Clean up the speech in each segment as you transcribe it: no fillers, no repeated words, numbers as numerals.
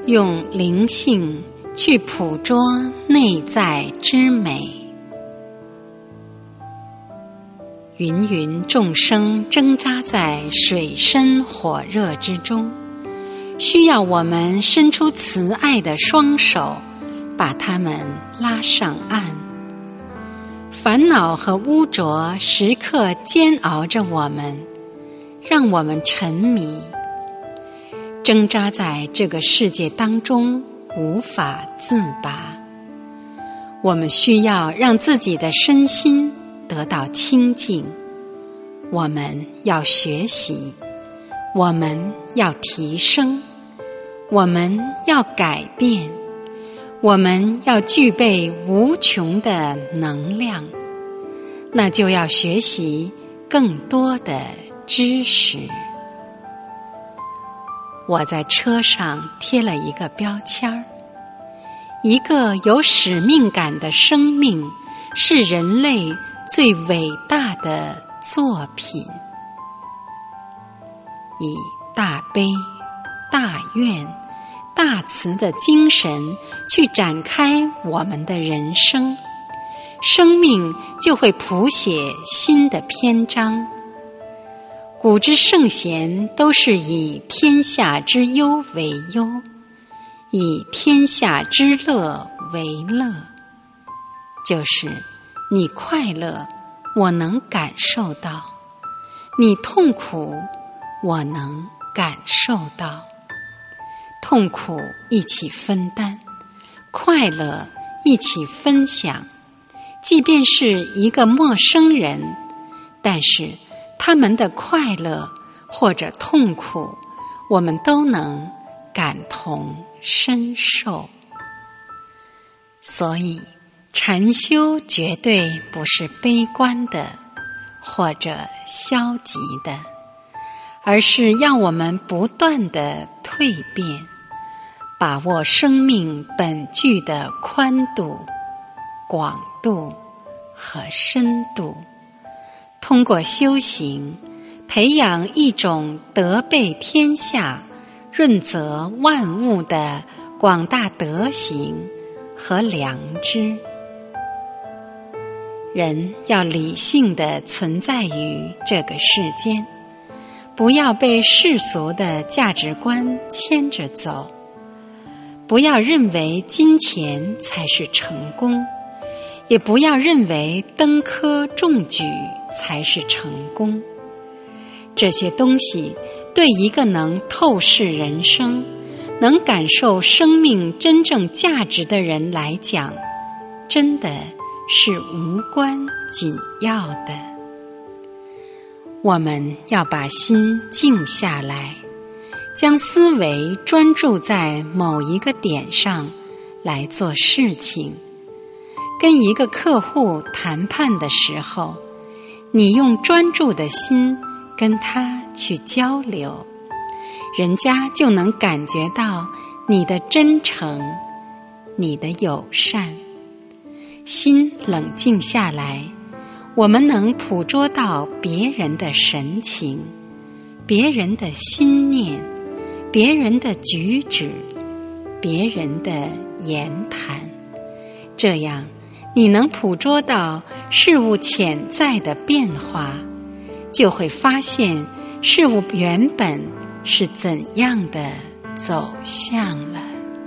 用灵性去捕捉内在之美。芸芸众生挣扎在水深火热之中，需要我们伸出慈爱的双手，把他们拉上岸。烦恼和污浊时刻煎熬着我们，让我们沉迷，挣扎在这个世界当中无法自拔。我们需要让自己的身心得到清净，我们要学习，我们要提升，我们要改变，我们要具备无穷的能量，那就要学习更多的知识。我在车上贴了一个标签儿，一个有使命感的生命是人类最伟大的作品。以大悲、大愿、大慈的精神去展开我们的人生，生命就会谱写新的篇章。古之圣贤都是以天下之忧为忧，以天下之乐为乐，就是你快乐，我能感受到；你痛苦，我能感受到。痛苦一起分担，快乐一起分享。即便是一个陌生人，但是他们的快乐或者痛苦，我们都能感同身受。所以禅修绝对不是悲观的或者消极的，而是要我们不断地蜕变，把握生命本具的宽度、广度和深度，通过修行培养一种德备天下、润泽万物的广大德行和良知。人要理性地存在于这个世间，不要被世俗的价值观牵着走，不要认为金钱才是成功，也不要认为登科中举才是成功。这些东西对一个能透视人生、能感受生命真正价值的人来讲，真的是无关紧要的。我们要把心静下来，将思维专注在某一个点上来做事情。跟一个客户谈判的时候，你用专注的心跟他去交流，人家就能感觉到你的真诚，你的友善。心冷静下来，我们能捕捉到别人的神情，别人的心念，别人的举止，别人的言谈。这样你能捕捉到事物潜在的变化，就会发现事物原本是怎样的走向了。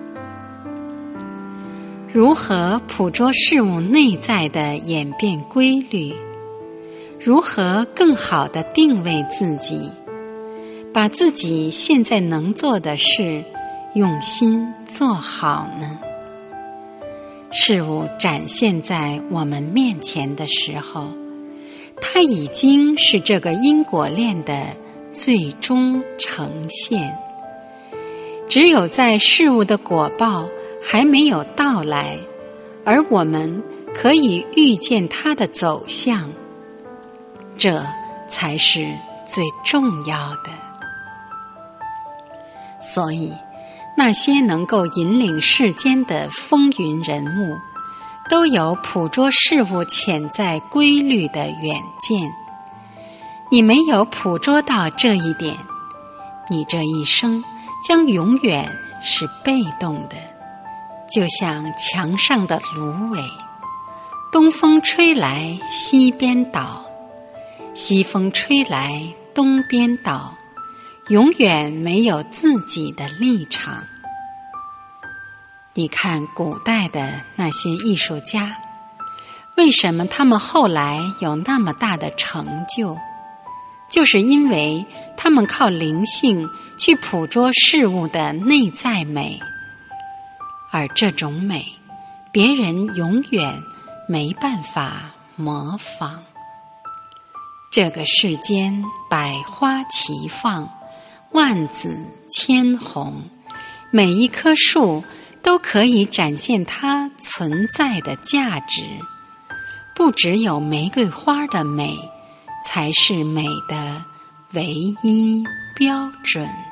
如何捕捉事物内在的演变规律？如何更好地定位自己，把自己现在能做的事用心做好呢？事物展现在我们面前的时候，它已经是这个因果链的最终呈现。只有在事物的果报还没有到来，而我们可以预见它的走向，这才是最重要的。所以那些能够引领世间的风云人物，都有捕捉事物潜在规律的远见。你没有捕捉到这一点，你这一生将永远是被动的，就像墙上的芦苇，东风吹来西边倒，西风吹来东边倒，永远没有自己的立场。你看古代的那些艺术家，为什么他们后来有那么大的成就？就是因为他们靠灵性去捕捉事物的内在美，而这种美，别人永远没办法模仿。这个世间百花齐放，万紫千红，每一棵树都可以展现它存在的价值。不只有玫瑰花的美，才是美的唯一标准。